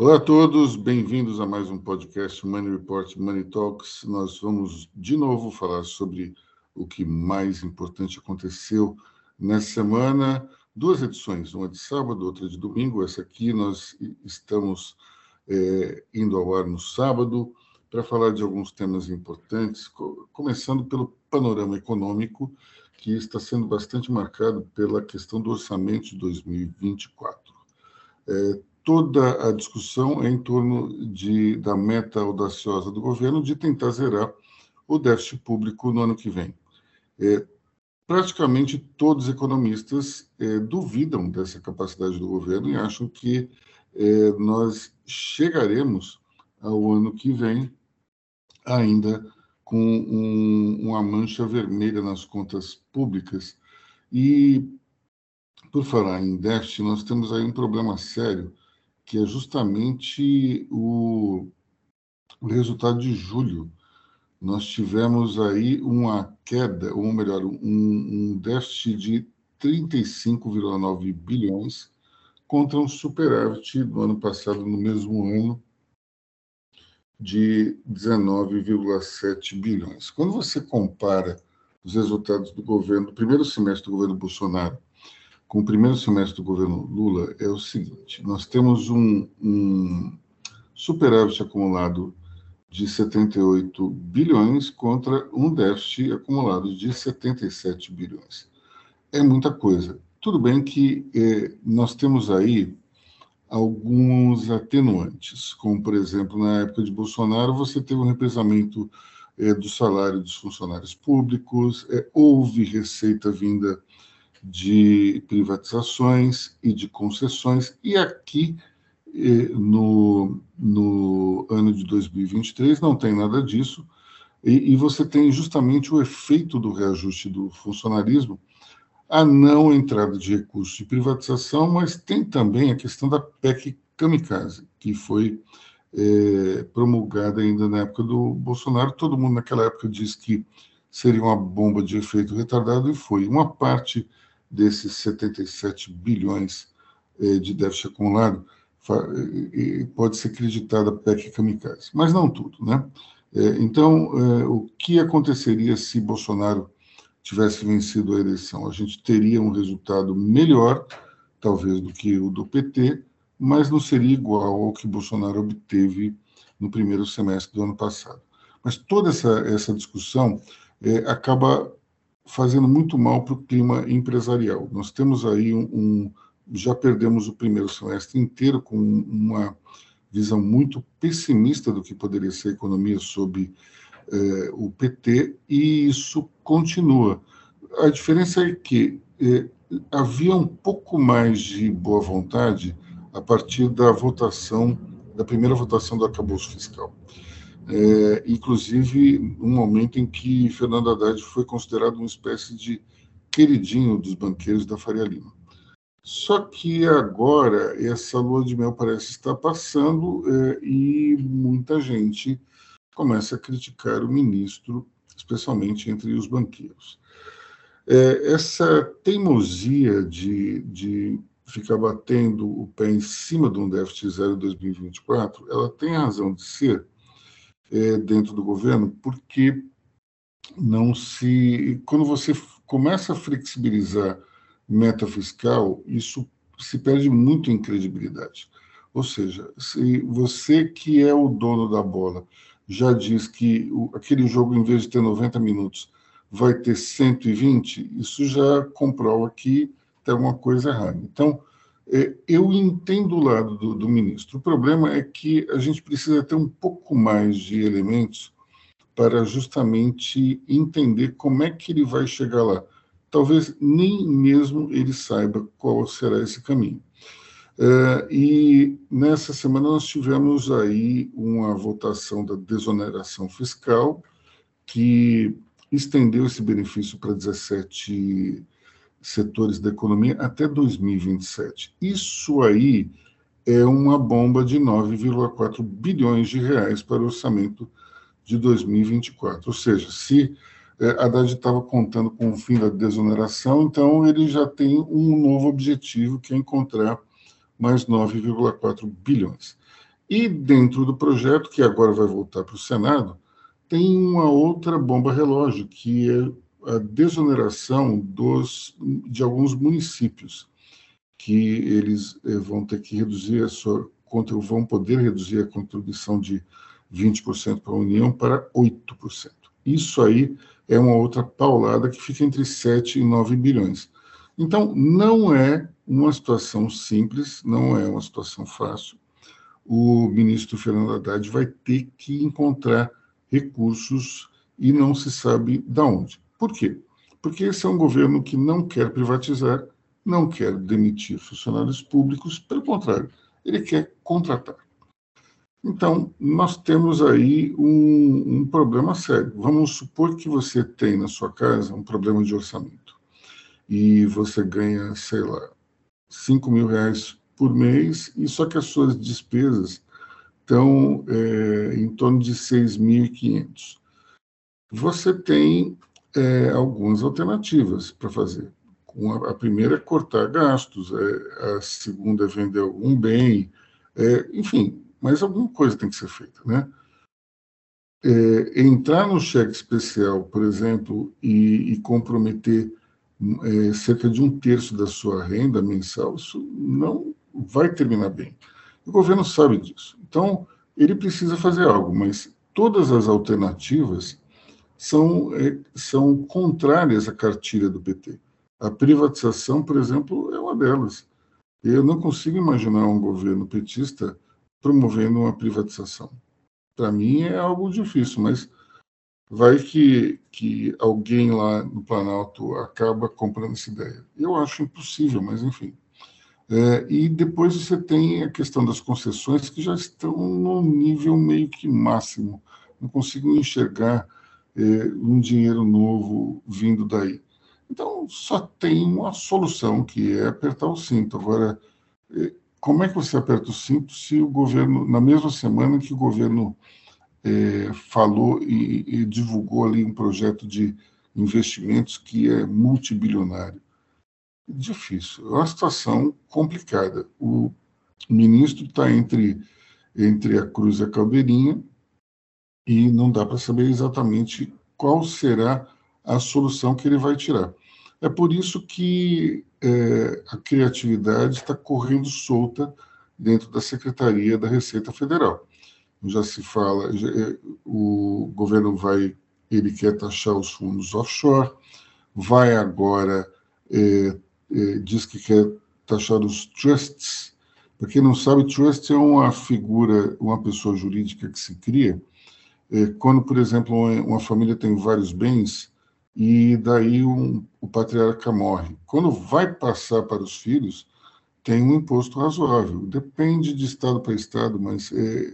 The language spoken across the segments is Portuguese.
Olá a todos, bem-vindos a mais um podcast Money Report Money Talks. Nós vamos de novo falar sobre o que mais importante aconteceu nessa semana. Duas edições, uma de sábado, outra de domingo. Essa aqui nós estamos indo ao ar no sábado para falar de alguns temas importantes, começando pelo panorama econômico, que está sendo bastante marcado pela questão do orçamento de 2024. Toda a discussão é em torno da meta audaciosa do governo de tentar zerar o déficit público no ano que vem. Praticamente todos os economistas duvidam dessa capacidade do governo e acham que nós chegaremos ao ano que vem ainda com uma mancha vermelha nas contas públicas. E, por falar em déficit, nós temos aí um problema sério, que é justamente o resultado de julho. Nós tivemos aí uma queda, ou melhor, um déficit de 35,9 bilhões contra um superávit do ano passado, no mesmo ano, de 19,7 bilhões. Quando você compara os resultados do governo, do primeiro semestre do governo Bolsonaro, com o primeiro semestre do governo Lula, é o seguinte: nós temos um superávit acumulado de 78 bilhões contra um déficit acumulado de 77 bilhões. É muita coisa. Tudo bem que nós temos aí alguns atenuantes, como, por exemplo, na época de Bolsonaro, você teve um represamento do salário dos funcionários públicos, houve receita vinda de privatizações e de concessões, e aqui, no ano de 2023, não tem nada disso, e você tem justamente o efeito do reajuste do funcionalismo, a não entrada de recursos de privatização, mas tem também a questão da PEC Kamikaze, que foi promulgada ainda na época do Bolsonaro. Todo mundo naquela época disse que seria uma bomba de efeito retardado, e foi. Uma parte desses 77 bilhões de déficit acumulado pode ser creditada à PEC Kamikaze, mas não tudo, né? Então, o que aconteceria se Bolsonaro tivesse vencido a eleição? A gente teria um resultado melhor, talvez, do que o do PT, mas não seria igual ao que Bolsonaro obteve no primeiro semestre do ano passado. Mas toda essa discussão acaba fazendo muito mal para o clima empresarial. Nós temos aí já perdemos o primeiro semestre inteiro com uma visão muito pessimista do que poderia ser a economia sob o PT, e isso continua. A diferença é que havia um pouco mais de boa vontade a partir da primeira votação do arcabouço fiscal. Inclusive, um momento em que Fernando Haddad foi considerado uma espécie de queridinho dos banqueiros da Faria Lima. Só que agora essa lua de mel parece estar passando e muita gente começa a criticar o ministro, especialmente entre os banqueiros. Essa teimosia de ficar batendo o pé em cima de um déficit zero em 2024, ela tem razão de ser dentro do governo, porque quando você começa a flexibilizar meta fiscal, isso se perde muito em credibilidade. Ou seja, se você, que é o dono da bola, já diz que aquele jogo, em vez de ter 90 minutos, vai ter 120, isso já comprova que tem alguma coisa errada. Então, eu entendo o lado do ministro. O problema é que a gente precisa ter um pouco mais de elementos para justamente entender como é que ele vai chegar lá. Talvez nem mesmo ele saiba qual será esse caminho. E nessa semana nós tivemos aí uma votação da desoneração fiscal, que estendeu esse benefício para 17 setores da economia até 2027. Isso aí é uma bomba de 9,4 bilhões de reais para o orçamento de 2024. Ou seja, se Haddad estava contando com o fim da desoneração, então ele já tem um novo objetivo, que é encontrar mais 9,4 bilhões. E dentro do projeto, que agora vai voltar para o Senado, tem uma outra bomba relógio, que é a desoneração de alguns municípios, que eles vão ter que reduzir vão poder reduzir a contribuição de 20% para a União para 8%. Isso aí é uma outra paulada que fica entre 7 e 9 bilhões. Então, não é uma situação simples, não é uma situação fácil. O ministro Fernando Haddad vai ter que encontrar recursos e não se sabe de onde. Por quê? Porque esse é um governo que não quer privatizar, não quer demitir funcionários públicos, pelo contrário, ele quer contratar. Então, nós temos aí um problema sério. Vamos supor que você tem na sua casa um problema de orçamento e você ganha, sei lá, 5 mil reais por mês, e só que as suas despesas estão em torno de 6.500. Você tem algumas alternativas para fazer. A primeira é cortar gastos, a segunda é vender algum bem, enfim, mas alguma coisa tem que ser feita, né? Entrar no cheque especial, por exemplo, e comprometer cerca de 1/3 da sua renda mensal, isso não vai terminar bem. O governo sabe disso. Então, ele precisa fazer algo, mas todas as alternativas são contrárias à cartilha do PT. A privatização, por exemplo, é uma delas. Eu não consigo imaginar um governo petista promovendo uma privatização. Para mim é algo difícil, mas vai que alguém lá no Planalto acaba comprando essa ideia. Eu acho impossível, mas enfim. E depois você tem a questão das concessões, que já estão num nível meio que máximo. Não consigo enxergar um dinheiro novo vindo daí. Então, só tem uma solução, que é apertar o cinto. Agora, como é que você aperta o cinto se o governo, na mesma semana que o governo falou e divulgou ali um projeto de investimentos que é multibilionário? Difícil, é uma situação complicada. O ministro está entre a cruz e a caldeirinha e não dá para saber exatamente qual será a solução que ele vai tirar. É por isso que a criatividade está correndo solta dentro da Secretaria da Receita Federal. Já se fala, o governo ele quer taxar os fundos offshore, vai agora, diz que quer taxar os trusts. Para quem não sabe, trust é uma figura, uma pessoa jurídica que se cria quando, por exemplo, uma família tem vários bens e daí o patriarca morre. Quando vai passar para os filhos, tem um imposto razoável. Depende de estado para estado, mas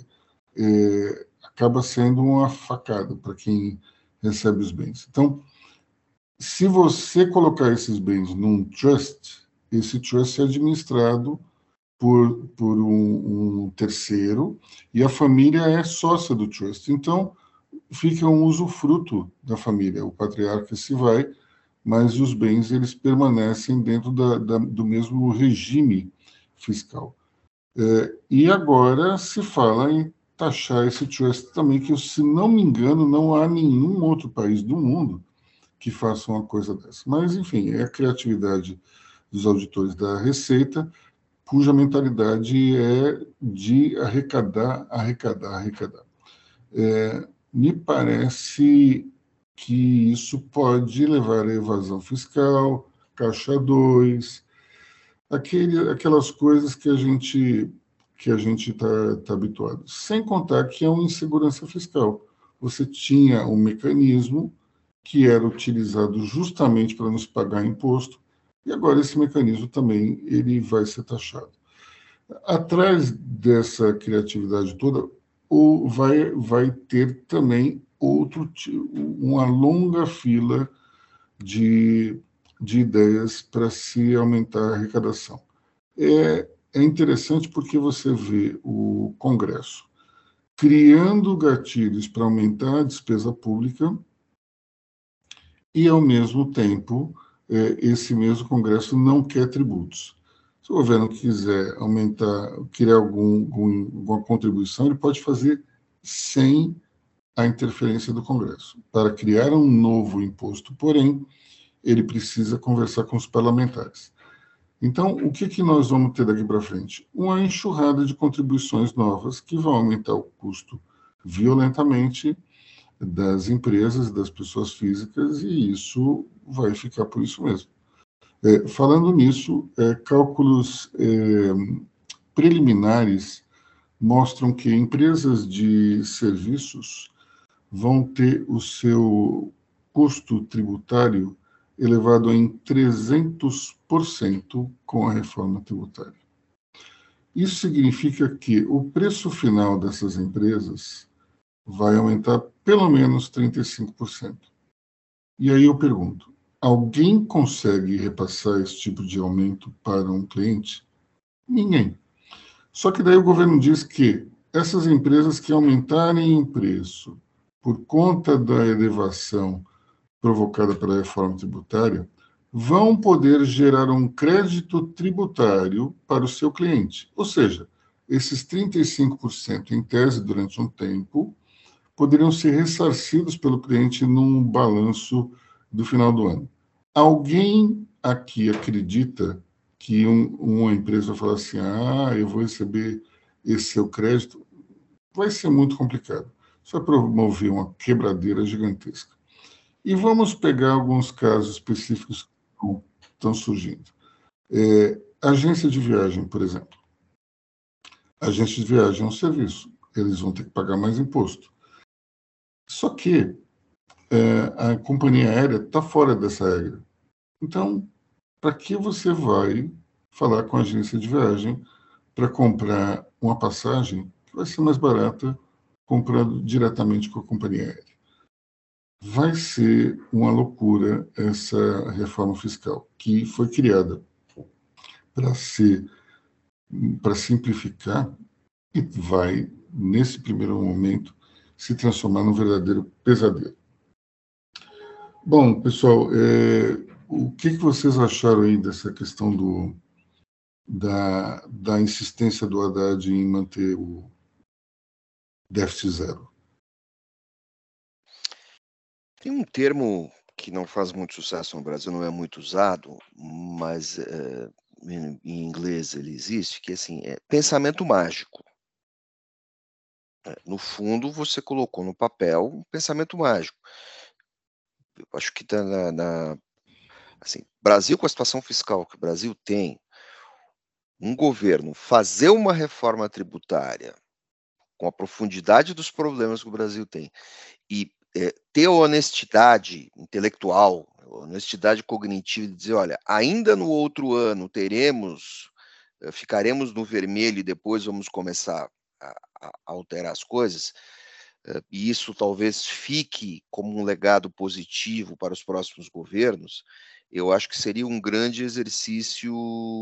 acaba sendo uma facada para quem recebe os bens. Então, se você colocar esses bens num trust, esse trust é administrado por um terceiro e a família é sócia do trust. Então, fica um usufruto da família. O patriarca se vai, mas os bens eles permanecem dentro do mesmo regime fiscal. E agora se fala em taxar esse trust também, que, se não me engano, não há nenhum outro país do mundo que faça uma coisa dessa. Mas, enfim, é a criatividade dos auditores da Receita, cuja mentalidade é de arrecadar, arrecadar, arrecadar. Me parece que isso pode levar à evasão fiscal, caixa 2, aquelas coisas que a gente está habituado. Sem contar que é uma insegurança fiscal. Você tinha um mecanismo que era utilizado justamente para nos pagar imposto, e agora esse mecanismo também ele vai ser taxado. Atrás dessa criatividade toda, vai ter também uma longa fila de ideias para se aumentar a arrecadação. É interessante porque você vê o Congresso criando gatilhos para aumentar a despesa pública e, ao mesmo tempo, esse mesmo Congresso não quer tributos. Se o governo quiser criar alguma contribuição, ele pode fazer sem a interferência do Congresso. Para criar um novo imposto, porém, ele precisa conversar com os parlamentares. Então, o que nós vamos ter daqui para frente? Uma enxurrada de contribuições novas que vão aumentar o custo violentamente das empresas, das pessoas físicas, e isso vai ficar por isso mesmo. Falando nisso, cálculos preliminares mostram que empresas de serviços vão ter o seu custo tributário elevado em 300% com a reforma tributária. Isso significa que o preço final dessas empresas vai aumentar pelo menos 35%. E aí eu pergunto, alguém consegue repassar esse tipo de aumento para um cliente? Ninguém. Só que daí o governo diz que essas empresas que aumentarem o preço por conta da elevação provocada pela reforma tributária vão poder gerar um crédito tributário para o seu cliente. Ou seja, esses 35% em tese durante um tempo poderiam ser ressarcidos pelo cliente num balanço do final do ano. Alguém aqui acredita que uma empresa vai falar assim, eu vou receber esse seu crédito? Vai ser muito complicado. Isso vai promover uma quebradeira gigantesca. E vamos pegar alguns casos específicos que estão surgindo. Agência de viagem, por exemplo. Agência de viagem é um serviço. Eles vão ter que pagar mais imposto. Só que a companhia aérea está fora dessa regra. Então, para que você vai falar com a agência de viagem para comprar uma passagem que vai ser mais barata comprando diretamente com a companhia aérea? Vai ser uma loucura essa reforma fiscal, que foi criada para simplificar e vai, nesse primeiro momento, se transformar num verdadeiro pesadelo. Bom, pessoal, o que vocês acharam aí dessa questão da insistência do Haddad em manter o déficit zero? Tem um termo que não faz muito sucesso no Brasil, não é muito usado, mas em inglês ele existe, que assim, é pensamento mágico. No fundo, você colocou no papel um pensamento mágico. Eu acho que está assim, Brasil, com a situação fiscal que o Brasil tem, um governo fazer uma reforma tributária com a profundidade dos problemas que o Brasil tem e ter a honestidade intelectual, honestidade cognitiva de dizer, olha, ainda no outro ano ficaremos no vermelho e depois vamos começar a alterar as coisas, e isso talvez fique como um legado positivo para os próximos governos, eu acho que seria um grande exercício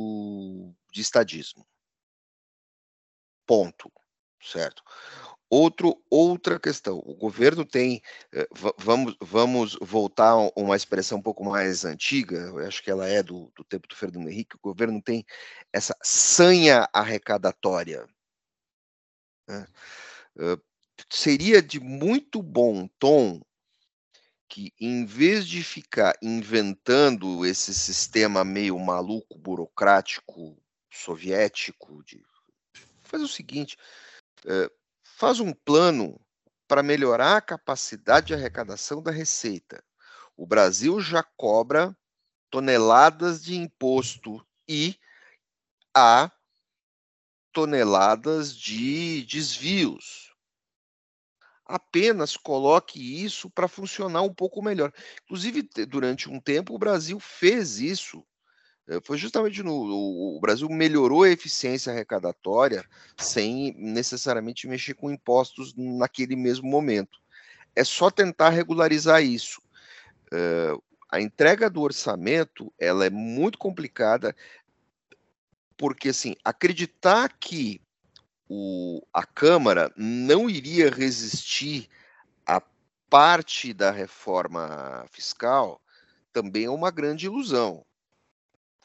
de ponto, certo? Outra questão, o governo tem, vamos voltar a uma expressão um pouco mais antiga, eu acho que ela é do tempo do Fernando Henrique, o governo tem essa sanha arrecadatória, né? Seria de muito bom tom que, em vez de ficar inventando esse sistema meio maluco, burocrático, soviético, faz o seguinte, faz um plano para melhorar a capacidade de arrecadação da receita. O Brasil já cobra toneladas de imposto e há toneladas de desvios. Apenas coloque isso para funcionar um pouco melhor. Inclusive, durante um tempo, o Brasil fez isso. Foi justamente o Brasil melhorou a eficiência arrecadatória sem necessariamente mexer com impostos naquele mesmo momento. É só tentar regularizar isso. A entrega do orçamento, ela é muito complicada, porque assim, acreditar que a Câmara não iria resistir a parte da reforma fiscal também é uma grande ilusão.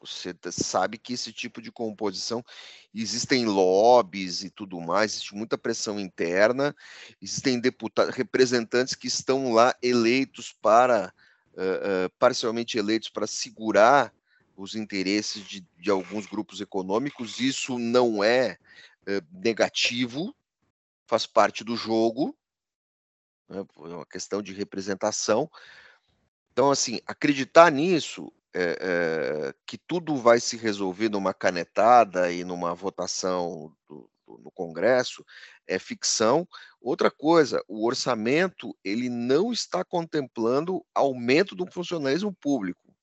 Você sabe que esse tipo de composição, existem lobbies e tudo mais, existe muita pressão interna, existem deputados, representantes que estão lá eleitos para, parcialmente eleitos para segurar os interesses de alguns grupos econômicos. Isso não é negativo, faz parte do jogo, né? É uma questão de representação. Então, assim, acreditar nisso, que tudo vai se resolver numa canetada e numa votação no Congresso, é ficção. Outra coisa, o orçamento ele não está contemplando aumento do funcionalismo público.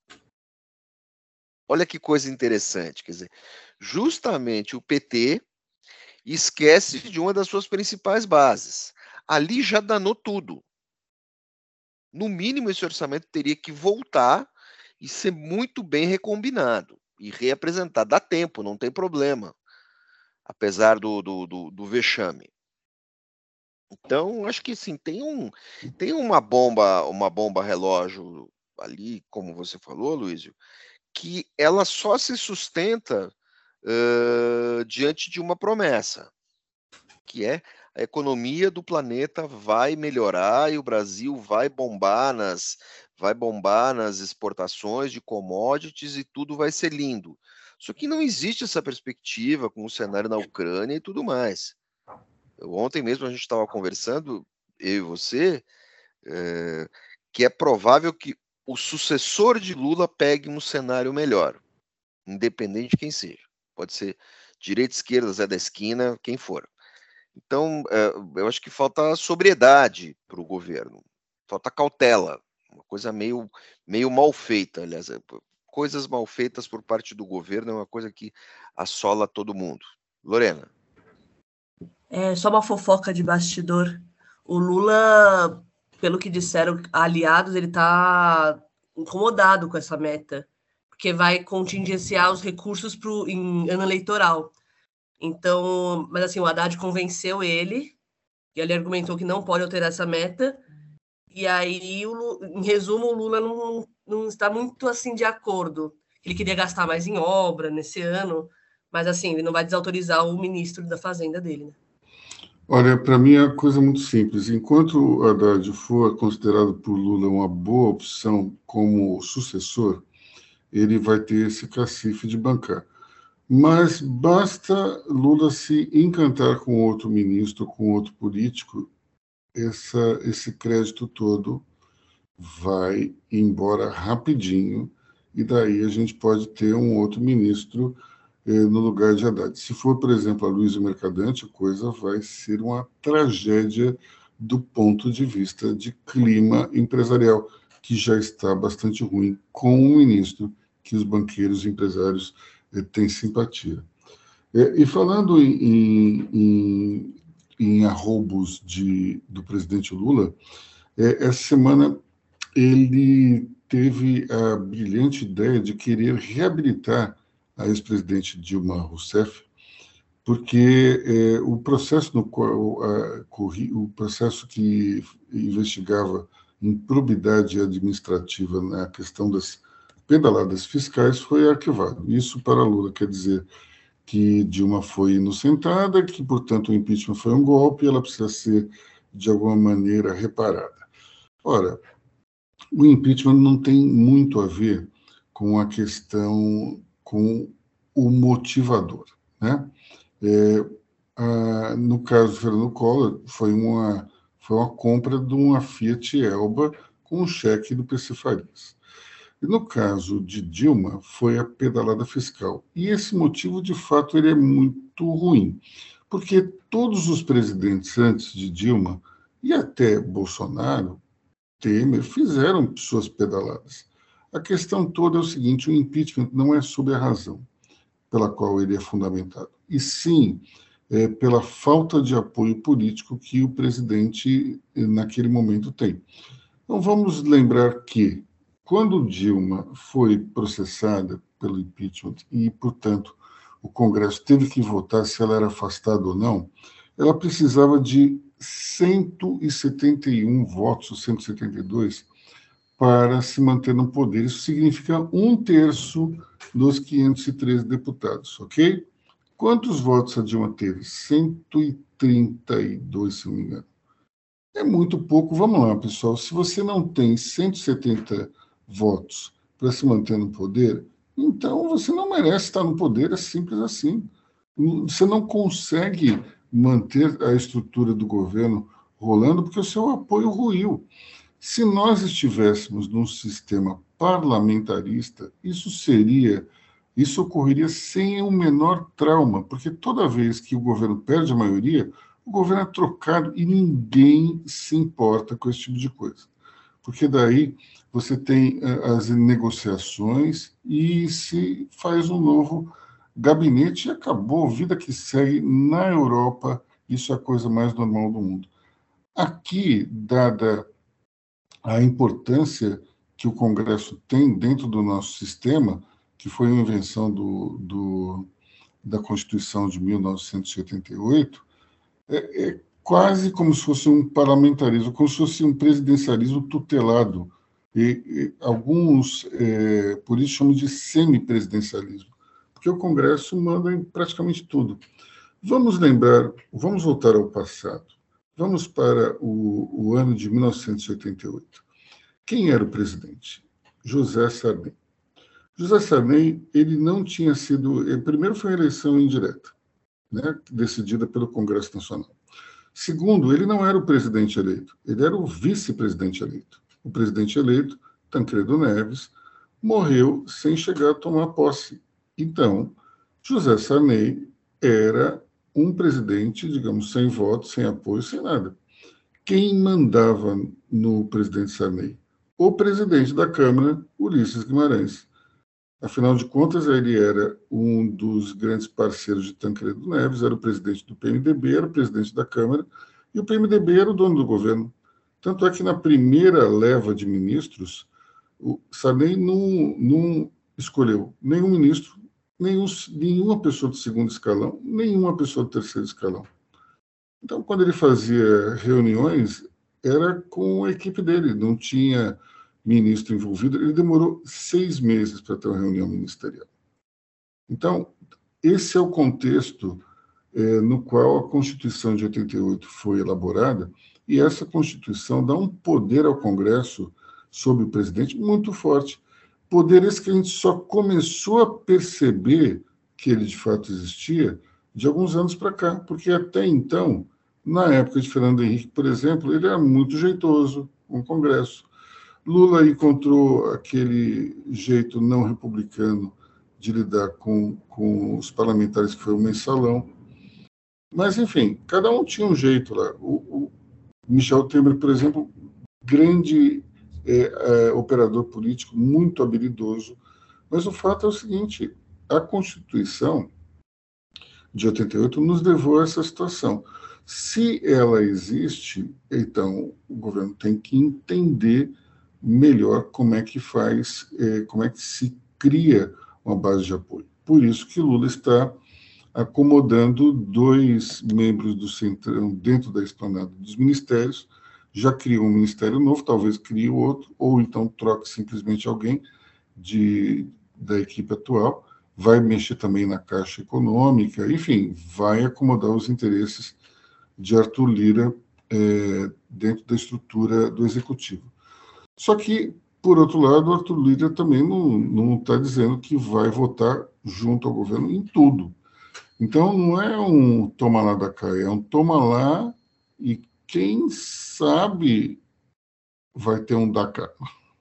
Olha que coisa interessante, quer dizer, justamente o PT esquece de uma das suas principais bases. Ali já danou tudo. No mínimo, esse orçamento teria que voltar e ser muito bem recombinado e reapresentado. Dá tempo, não tem problema, apesar do vexame. Então, acho que sim, tem uma bomba relógio ali, como você falou, Luísio, que ela só se sustenta diante de uma promessa, que é a economia do planeta vai melhorar e o Brasil vai bombar nas exportações de commodities e tudo vai ser lindo. Só que não existe essa perspectiva com o cenário na Ucrânia e tudo mais. Ontem mesmo a gente estava conversando, eu e você, que é provável que o sucessor de Lula pegue um cenário melhor, independente de quem seja. Pode ser direita, esquerda, Zé da Esquina, quem for. Então, eu acho que falta sobriedade para o governo, falta cautela, uma coisa meio mal feita, aliás. Coisas mal feitas por parte do governo é uma coisa que assola todo mundo. Lorena. Só uma fofoca de bastidor. O Lula, pelo que disseram aliados, ele está incomodado com essa meta, porque vai contingenciar os recursos em ano eleitoral. Então, mas assim, o Haddad convenceu ele, e ele argumentou que não pode alterar essa meta, e aí, em resumo, o Lula não está muito assim de acordo. Ele queria gastar mais em obra nesse ano, mas assim, ele não vai desautorizar o ministro da Fazenda dele, né? Olha, para mim é uma coisa muito simples. Enquanto o Haddad for considerado por Lula uma boa opção como sucessor, ele vai ter esse cacife de bancar. Mas basta Lula se encantar com outro ministro, com outro político, esse crédito todo vai embora rapidinho, e daí a gente pode ter um outro ministro no lugar de Haddad. Se for, por exemplo, a Luiza Mercadante, a coisa vai ser uma tragédia do ponto de vista de clima empresarial, que já está bastante ruim com um ministro que os banqueiros e empresários têm simpatia. E falando em arroubos do presidente Lula, essa semana ele teve a brilhante ideia de querer reabilitar a ex-presidente Dilma Rousseff, porque o processo no qual o processo que investigava improbidade administrativa na questão das pedaladas fiscais foi arquivado. Isso para Lula quer dizer que Dilma foi inocentada, que portanto o impeachment foi um golpe e ela precisa ser de alguma maneira reparada. Ora, o impeachment não tem muito a ver com a questão, com o motivador, né? No caso do Fernando Collor, foi uma compra de uma Fiat Elba com um cheque do PC Farias. E no caso de Dilma, foi a pedalada fiscal. E esse motivo, de fato, ele é muito ruim, porque todos os presidentes antes de Dilma, e até Bolsonaro, Temer, fizeram suas pedaladas. A questão toda é o seguinte: o impeachment não é sobre a razão pela qual ele é fundamentado, e sim pela falta de apoio político que o presidente, naquele momento, tem. Então, vamos lembrar que, quando Dilma foi processada pelo impeachment e, portanto, o Congresso teve que votar se ela era afastada ou não, ela precisava de 171 votos, ou 172, para se manter no poder. Isso significa 1/3 dos 513 deputados, ok? Quantos votos a Dilma teve? 132, se não me engano. É muito pouco. Vamos lá, pessoal. Se você não tem 170 votos para se manter no poder, então você não merece estar no poder, é simples assim. Você não consegue manter a estrutura do governo rolando porque o seu apoio ruiu. Se nós estivéssemos num sistema parlamentarista, isso ocorreria sem o menor trauma, porque toda vez que o governo perde a maioria, o governo é trocado e ninguém se importa com esse tipo de coisa. Porque daí você tem as negociações e se faz um novo gabinete e acabou, vida que segue. Na Europa, isso é a coisa mais normal do mundo. Aqui, dada a importância que o Congresso tem dentro do nosso sistema, que foi uma invenção da Constituição de 1988, é quase como se fosse um parlamentarismo, como se fosse um presidencialismo tutelado. E alguns, por isso, chamam de semipresidencialismo, porque o Congresso manda em praticamente tudo. Vamos voltar ao passado. Vamos para o ano de 1988. Quem era o presidente? José Sarney. José Sarney, ele não tinha sido... Primeiro, foi uma eleição indireta, né, decidida pelo Congresso Nacional. Segundo, ele não era o presidente eleito, ele era o vice-presidente eleito. O presidente eleito, Tancredo Neves, morreu sem chegar a tomar posse. Então, José Sarney era um presidente, digamos, sem voto, sem apoio, sem nada. Quem mandava no presidente Sarney? O presidente da Câmara, Ulisses Guimarães. Afinal de contas, ele era um dos grandes parceiros de Tancredo Neves, era o presidente do PMDB, era o presidente da Câmara, e o PMDB era o dono do governo. Tanto é que na primeira leva de ministros, o Sarney não escolheu nenhum ministro, nenhuma pessoa de segundo escalão, nenhuma pessoa de terceiro escalão. Então, quando ele fazia reuniões, era com a equipe dele, não tinha ministro envolvido. Ele demorou 6 meses para ter uma reunião ministerial. Então, esse é o contexto no qual a Constituição de 88 foi elaborada, e essa Constituição dá um poder ao Congresso sobre o presidente muito forte. Poder esse que a gente só começou a perceber que ele de fato existia de alguns anos para cá, porque até então, na época de Fernando Henrique, por exemplo, ele era muito jeitoso com o Congresso. Lula encontrou aquele jeito não republicano de lidar com os parlamentares, que foi o mensalão. Mas, enfim, cada um tinha um jeito lá. O Michel Temer, por exemplo, grande operador político, muito habilidoso. Mas o fato é o seguinte, a Constituição de 88 nos levou a essa situação. Se ela existe, então o governo tem que entender melhor como é que faz, como é que se cria uma base de apoio. Por isso que Lula está acomodando 2 membros do Centrão dentro da esplanada dos ministérios, já criou um ministério novo, talvez crie outro, ou então troque simplesmente alguém da equipe atual, vai mexer também na Caixa Econômica, enfim, vai acomodar os interesses de Arthur Lira dentro da estrutura do Executivo. Só que, por outro lado, Arthur Lira também não está dizendo que vai votar junto ao governo em tudo. Então, não é um toma lá da cá, é um toma lá e quem sabe vai ter um da cá.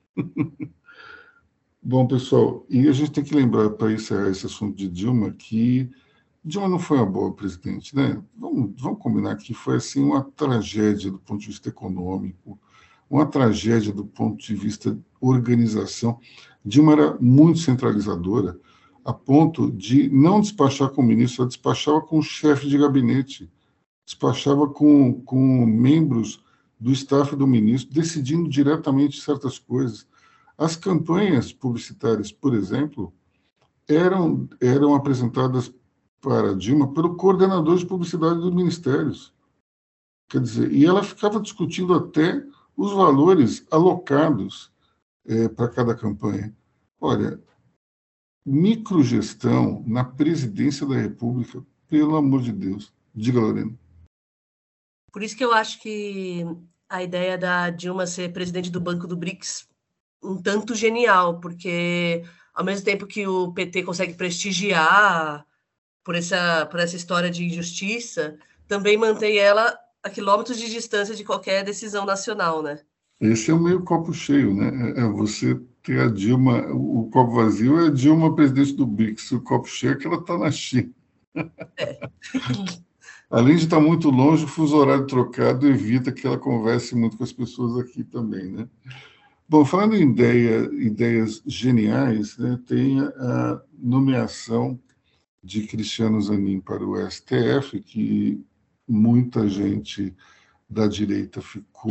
Bom, pessoal, e a gente tem que lembrar, para encerrar esse assunto de Dilma, que Dilma não foi uma boa presidente, né? Vamos combinar que foi assim uma tragédia do ponto de vista econômico, uma tragédia do ponto de vista organização. Dilma era muito centralizadora, a ponto de não despachar com o ministro, ela despachava com o chefe de gabinete, despachava com membros do staff do ministro, decidindo diretamente certas coisas. As campanhas publicitárias, por exemplo, eram apresentadas para Dilma pelo coordenador de publicidade dos ministérios. Quer dizer, e ela ficava discutindo até os valores alocados para cada campanha. Olha, microgestão na presidência da República, pelo amor de Deus. Diga, Lorena. Por isso que eu acho que a ideia da Dilma ser presidente do Banco do BRICS um tanto genial, porque ao mesmo tempo que o PT consegue prestigiar por essa história de injustiça, também mantém ela a quilômetros de distância de qualquer decisão nacional, né? Esse é o meio copo cheio, né? É você ter a Dilma, o copo vazio é a Dilma presidente do BRICS, o copo cheio é que ela está na China. É. Além de estar muito longe, o fuso horário trocado evita que ela converse muito com as pessoas aqui também, né? Bom, falando em ideias geniais, né, tem a nomeação de Cristiano Zanin para o STF, que muita gente da direita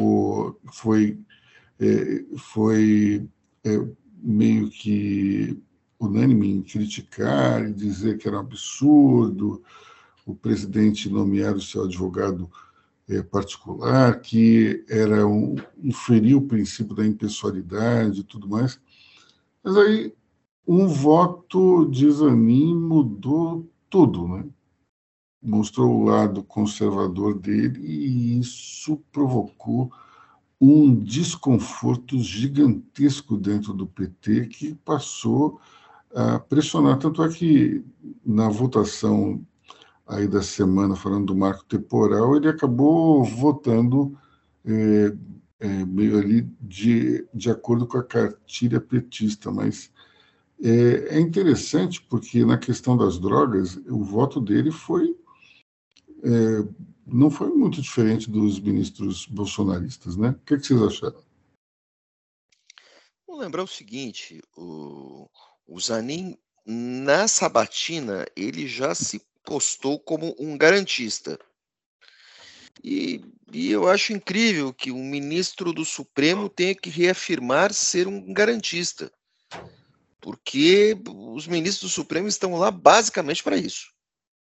foi meio que unânime em criticar e dizer que era um absurdo o presidente nomear o seu advogado particular, que inferir o princípio da impessoalidade e tudo mais. Mas aí um voto de Zanin mudou tudo, né? Mostrou o lado conservador dele e isso provocou um desconforto gigantesco dentro do PT que passou a pressionar. Tanto é que na votação aí da semana, falando do marco temporal, ele acabou votando meio ali de acordo com a cartilha petista, mas é interessante porque na questão das drogas, o voto dele não foi muito diferente dos ministros bolsonaristas, né? O que vocês acharam? Vamos lembrar o seguinte, o Zanin, na sabatina, ele já se postou como um garantista. E eu acho incrível que um ministro do Supremo tenha que reafirmar ser um garantista, porque os ministros do Supremo estão lá basicamente para isso.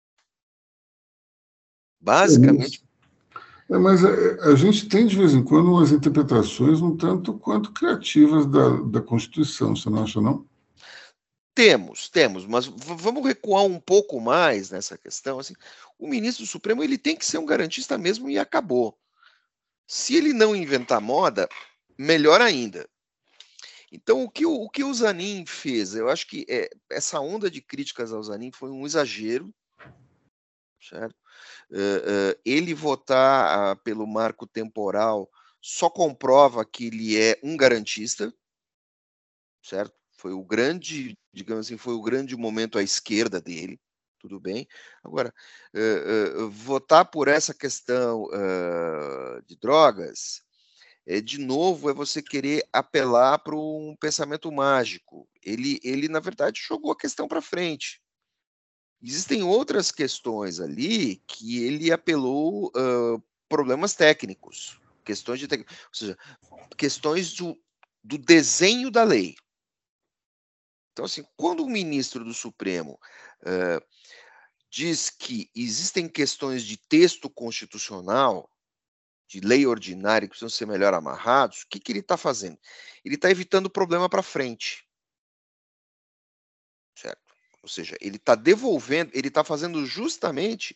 Basicamente. Mas a gente tem, de vez em quando, umas interpretações um tanto quanto criativas da Constituição, você não acha, não? Temos, mas vamos recuar um pouco mais nessa questão. Assim, o ministro do Supremo ele tem que ser um garantista mesmo e acabou. Se ele não inventar moda, melhor ainda. Então, o que o Zanin fez? Eu acho que essa onda de críticas ao Zanin foi um exagero, certo? Ele votar pelo marco temporal só comprova que ele é um garantista, certo? Foi o grande, digamos assim, foi o grande momento à esquerda dele, tudo bem. Agora, votar por essa questão de drogas, de novo, é você querer apelar para um pensamento mágico. Ele, na verdade, jogou a questão para frente. Existem outras questões ali que ele apelou problemas técnicos, questões ou seja, questões do desenho da lei. Então, assim, quando o ministro do Supremo diz que existem questões de texto constitucional, de lei ordinária, que precisam ser melhor amarrados, o que ele está fazendo? Ele está evitando problema para frente. Certo? Ou seja, ele está devolvendo, ele está fazendo justamente.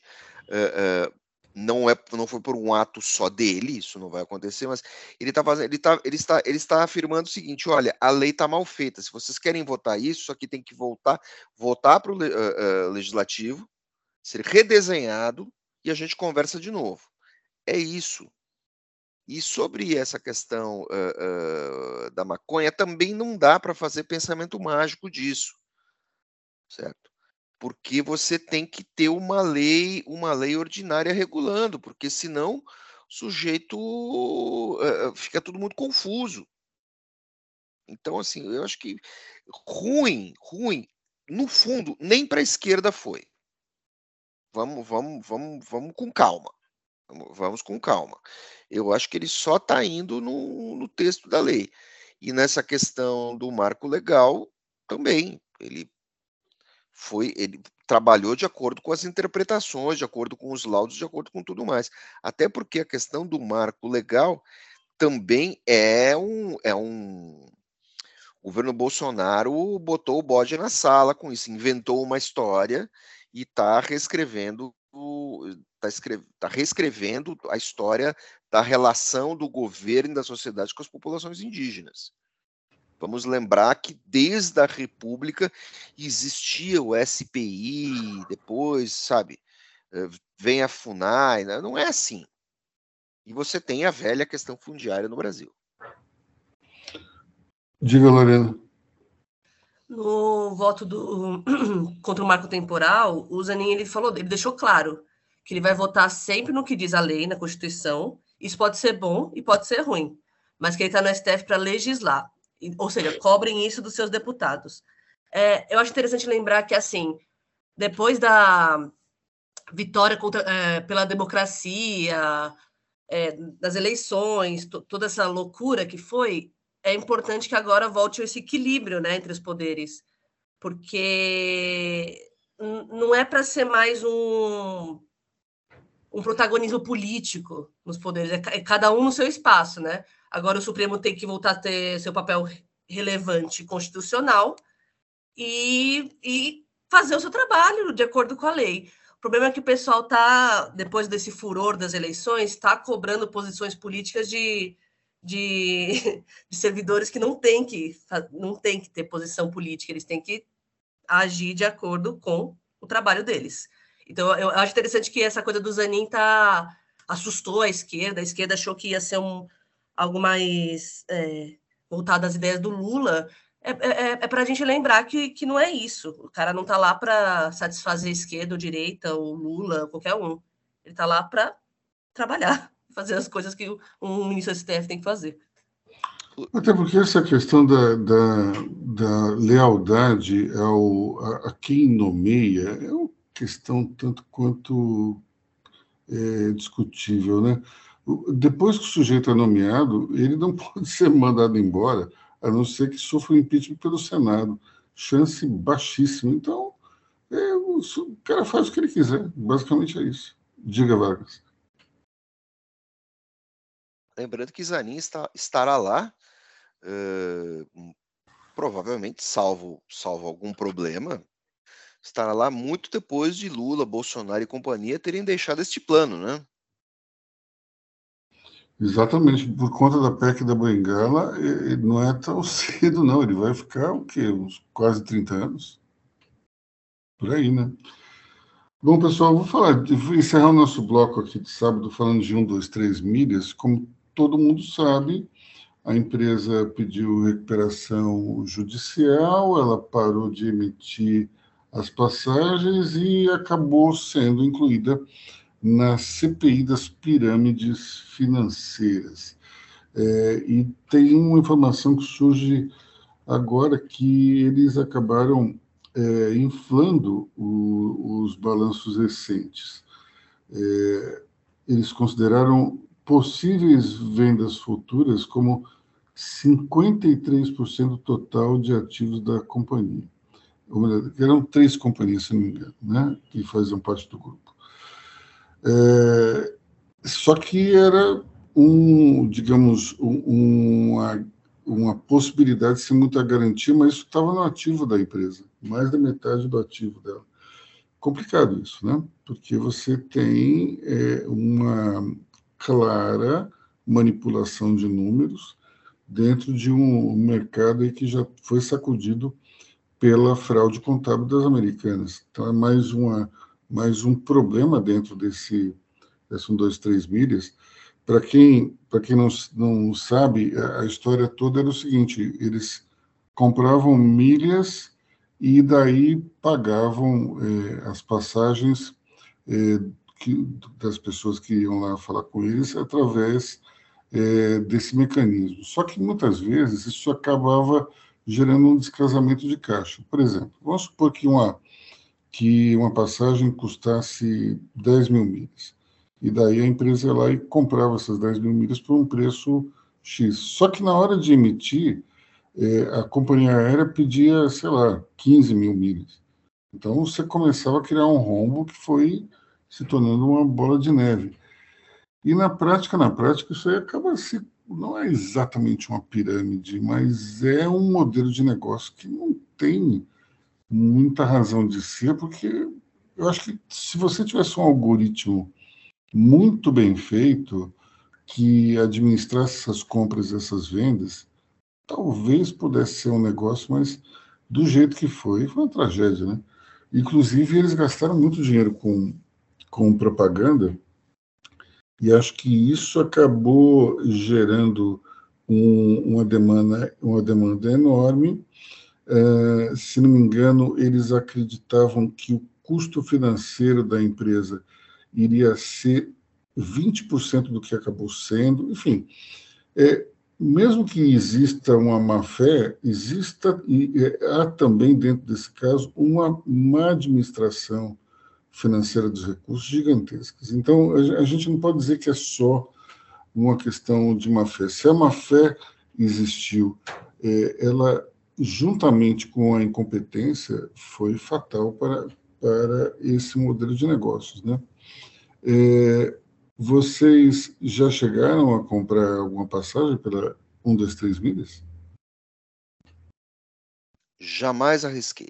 Não foi por um ato só dele, isso não vai acontecer, mas ele está afirmando o seguinte: olha, a lei está mal feita. Se vocês querem votar isso aqui tem que votar para o legislativo, ser redesenhado e a gente conversa de novo. É isso. E sobre essa questão da maconha, também não dá para fazer pensamento mágico disso, certo? Porque você tem que ter uma lei ordinária regulando, porque senão o sujeito fica tudo muito confuso. Então, assim, eu acho que ruim, no fundo, nem para a esquerda foi. Vamos com calma. Vamos com calma. Eu acho que ele só está indo no texto da lei. E nessa questão do marco legal, também. Ele trabalhou de acordo com as interpretações, de acordo com os laudos, de acordo com tudo mais. Até porque a questão do marco legal também é um O governo Bolsonaro botou o bode na sala com isso, inventou uma história e está reescrevendo a história da relação do governo e da sociedade com as populações indígenas. Vamos lembrar que desde a República existia o SPI, depois, sabe, vem a FUNAI, né? Não é assim. E você tem a velha questão fundiária no Brasil. Diga, Lorena. No voto contra o marco temporal, o Zanin ele deixou claro que ele vai votar sempre no que diz a lei, na Constituição. Isso pode ser bom e pode ser ruim, mas que ele está no STF para legislar. Ou seja, cobrem isso dos seus deputados. Eu acho interessante lembrar que, assim, depois da vitória pela democracia, das eleições, toda essa loucura que foi, é importante que agora volte esse equilíbrio, né, entre os poderes, porque não é para ser mais um protagonismo político nos poderes, é cada um no seu espaço, né? Agora o Supremo tem que voltar a ter seu papel relevante constitucional e fazer o seu trabalho de acordo com a lei. O problema é que o pessoal está, depois desse furor das eleições, está cobrando posições políticas de servidores que não tem que ter posição política, eles têm que agir de acordo com o trabalho deles. Então, eu acho interessante que essa coisa do Zanin assustou a esquerda achou que ia ser algo mais voltado às ideias do Lula. Para a gente lembrar que não é isso. O cara não está lá para satisfazer a esquerda ou direita, ou Lula, qualquer um. Ele está lá para trabalhar, fazer as coisas que um ministro do STF tem que fazer. Até porque essa questão da lealdade a quem nomeia é uma questão tanto quanto discutível, né? Depois que o sujeito é nomeado, ele não pode ser mandado embora, a não ser que sofra impeachment pelo Senado. Chance baixíssima. Então, o cara faz o que ele quiser. Basicamente é isso. Diga, Vargas. Lembrando que Zanin estará lá, provavelmente, salvo algum problema, estará lá muito depois de Lula, Bolsonaro e companhia terem deixado este plano, né? Exatamente, por conta da PEC da Bengala, não é tão cedo, não. Ele vai ficar, o quê? Uns quase 30 anos? Por aí, né? Bom, pessoal, vou encerrar o nosso bloco aqui de sábado falando de 1, 2, 3 milhas. Como todo mundo sabe, a empresa pediu recuperação judicial, ela parou de emitir as passagens e acabou sendo incluída na CPI das pirâmides financeiras. E tem uma informação que surge agora que eles acabaram inflando os balanços recentes. Eles consideraram possíveis vendas futuras como 53% total de ativos da companhia. Eram 3 companhias, se não me engano, né, que faziam parte do grupo. Só que era digamos, uma possibilidade sem muita garantia, mas isso estava no ativo da empresa, mais da metade do ativo dela. Complicado isso, né? Porque você tem uma clara manipulação de números dentro de um mercado aí que já foi sacudido pela fraude contábil das americanas. Então, é mais um problema dentro desse 1, 2, 3 milhas. Para quem não sabe, a história toda era o seguinte: eles compravam milhas e daí pagavam as passagens das pessoas que iam lá falar com eles através desse mecanismo. Só que muitas vezes isso acabava gerando um descasamento de caixa. Por exemplo, vamos supor que uma passagem custasse 10 mil milhas. E daí a empresa ia lá e comprava essas 10 mil milhas por um preço X. Só que na hora de emitir, a companhia aérea pedia, sei lá, 15 mil milhas. Então você começava a criar um rombo que foi se tornando uma bola de neve. E na prática, isso aí acaba se não é exatamente uma pirâmide, mas é um modelo de negócio que não tem muita razão de ser, porque eu acho que se você tivesse um algoritmo muito bem feito que administrasse essas compras e essas vendas, talvez pudesse ser um negócio, mas do jeito que foi uma tragédia, né? Inclusive, eles gastaram muito dinheiro com propaganda, e acho que isso acabou gerando uma demanda enorme. Se não me engano, eles acreditavam que o custo financeiro da empresa iria ser 20% do que acabou sendo. Enfim, mesmo que exista uma má-fé, há também, dentro desse caso, uma má administração financeira dos recursos gigantescas. Então, a gente não pode dizer que é só uma questão de má-fé. Se a má-fé existiu, ela, juntamente com a incompetência, foi fatal para esse modelo de negócios, né? Vocês já chegaram a comprar alguma passagem pela 123 milhas? Jamais arrisquei.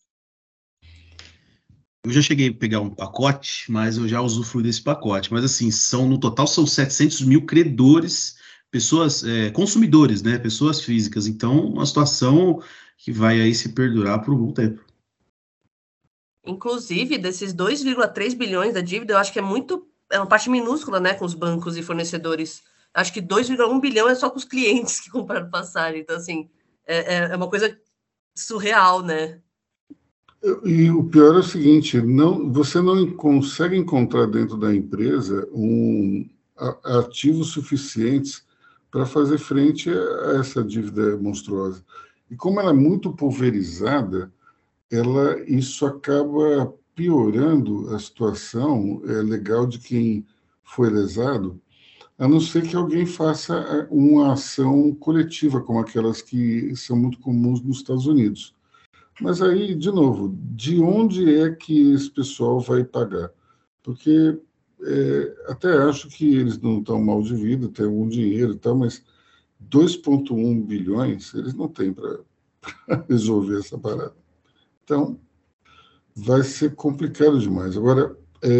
Eu já cheguei a pegar um pacote, mas eu já usufruí desse pacote. Mas, assim, no total são 700 mil credores, pessoas, consumidores, né? Pessoas físicas. Então, uma situação que vai aí se perdurar por um bom tempo. Inclusive, desses 2,3 bilhões da dívida, eu acho que é uma parte minúscula, né, com os bancos e fornecedores. Acho que 2,1 bilhão é só com os clientes que compraram passagem. Então, assim, é uma coisa surreal, né? E o pior é o seguinte, você não consegue encontrar dentro da empresa ativos suficientes para fazer frente a essa dívida monstruosa. E como ela é muito pulverizada, isso acaba piorando a situação legal de quem foi lesado, a não ser que alguém faça uma ação coletiva, como aquelas que são muito comuns nos Estados Unidos. Mas aí, de novo, de onde é que esse pessoal vai pagar? Porque até acho que eles não estão mal de vida, têm algum dinheiro e tal, mas 2,1 bilhões eles não têm para resolver essa parada. Então, vai ser complicado demais. Agora,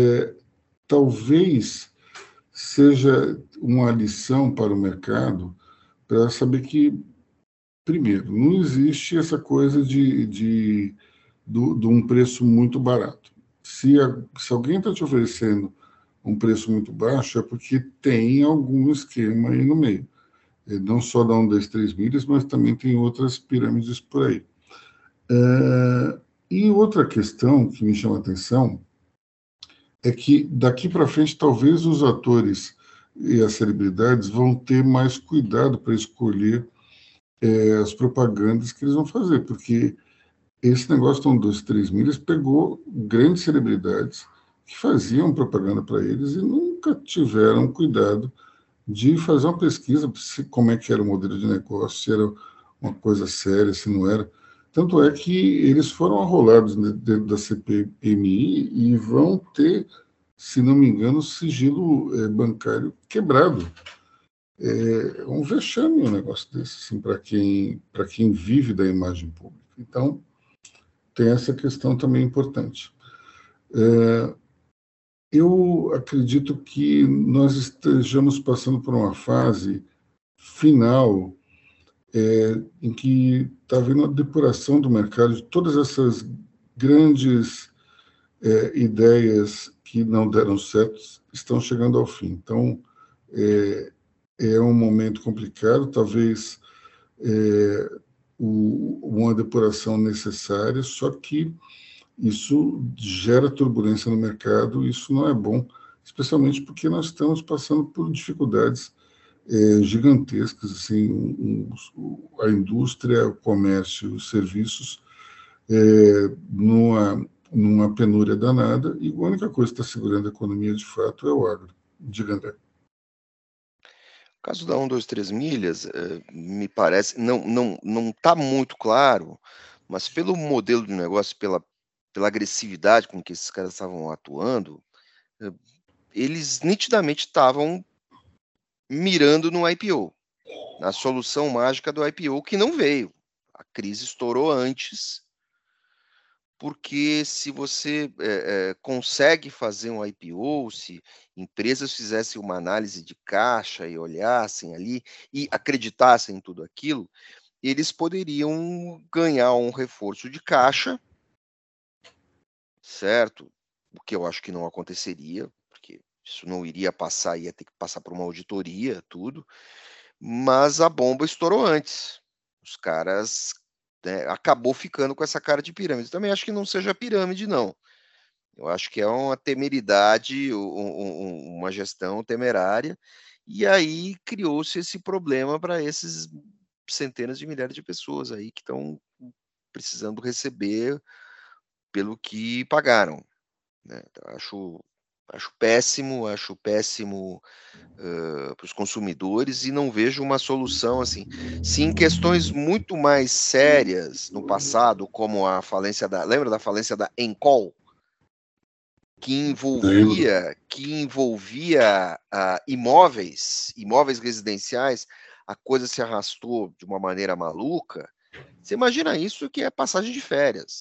talvez seja uma lição para o mercado para saber que, primeiro, não existe essa coisa de um preço muito barato. Se alguém está te oferecendo um preço muito baixo, é porque tem algum esquema aí no meio. Não só da 123 milhas, mas também tem outras pirâmides por aí. E outra questão que me chama a atenção é que daqui para frente talvez os atores e as celebridades vão ter mais cuidado para escolher as propagandas que eles vão fazer, porque esse negócio de 123 milhas pegou grandes celebridades que faziam propaganda para eles e nunca tiveram cuidado de fazer uma pesquisa como é que era o modelo de negócio, se era uma coisa séria, se não era. Tanto é que eles foram arrolados dentro da CPMI e vão ter, se não me engano, o sigilo bancário quebrado. É um vexame um negócio desse, assim, para quem vive da imagem pública. Então, tem essa questão também importante. Eu acredito que nós estejamos passando por uma fase final em que está havendo uma depuração do mercado de todas essas grandes ideias que não deram certo, estão chegando ao fim. Então, é um momento complicado, talvez uma depuração necessária, só que isso gera turbulência no mercado, e isso não é bom, especialmente porque nós estamos passando por dificuldades gigantescas, assim, a indústria, o comércio, os serviços, numa penúria danada, e a única coisa que está segurando a economia de fato é o agro. Diga, André. O caso da 123 milhas, me parece, não está muito claro, mas pelo modelo de negócio, pela agressividade com que esses caras estavam atuando, eles nitidamente estavam mirando no IPO. na solução mágica do IPO, que não veio. A crise estourou antes, porque se você consegue fazer um IPO, se empresas fizessem uma análise de caixa e olhassem ali e acreditassem em tudo aquilo, eles poderiam ganhar um reforço de caixa, certo? O que eu acho que não aconteceria, porque isso não iria passar, ia ter que passar por uma auditoria, tudo, mas a bomba estourou antes. Os caras, né, acabou ficando com essa cara de pirâmide. Também acho que não seja pirâmide, não. Eu acho que é uma temeridade, uma gestão temerária, e aí criou-se esse problema para esses centenas de milhares de pessoas aí que estão precisando receber pelo que pagaram, né? Então, acho péssimo para os consumidores e não vejo uma solução assim. Se em questões muito mais sérias no passado, como a falência lembra da falência da Encol? Que envolvia imóveis residenciais, a coisa se arrastou de uma maneira maluca. Você imagina isso que é passagem de férias,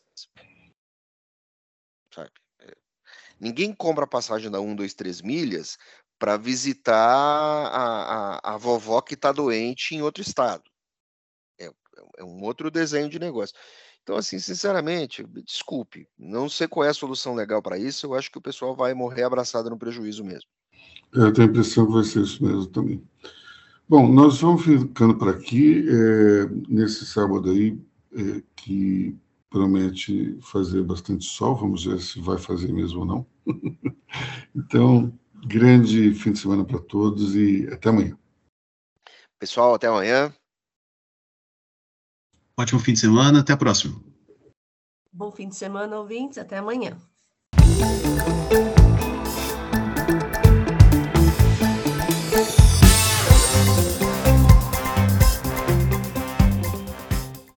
sabe? Ninguém compra a passagem da 1, 2, 3 milhas para visitar a vovó que está doente em outro estado. É um outro desenho de negócio. Então, assim, sinceramente, desculpe, não sei qual é a solução legal para isso, eu acho que o pessoal vai morrer abraçado no prejuízo mesmo. Eu tenho a impressão que vai ser isso mesmo também. Bom, nós vamos ficando por aqui, nesse sábado aí, que promete fazer bastante sol, vamos ver se vai fazer mesmo ou não. Então, grande fim de semana para todos e até amanhã. Pessoal, até amanhã. Ótimo fim de semana, até a próxima. Bom fim de semana, ouvintes, até amanhã.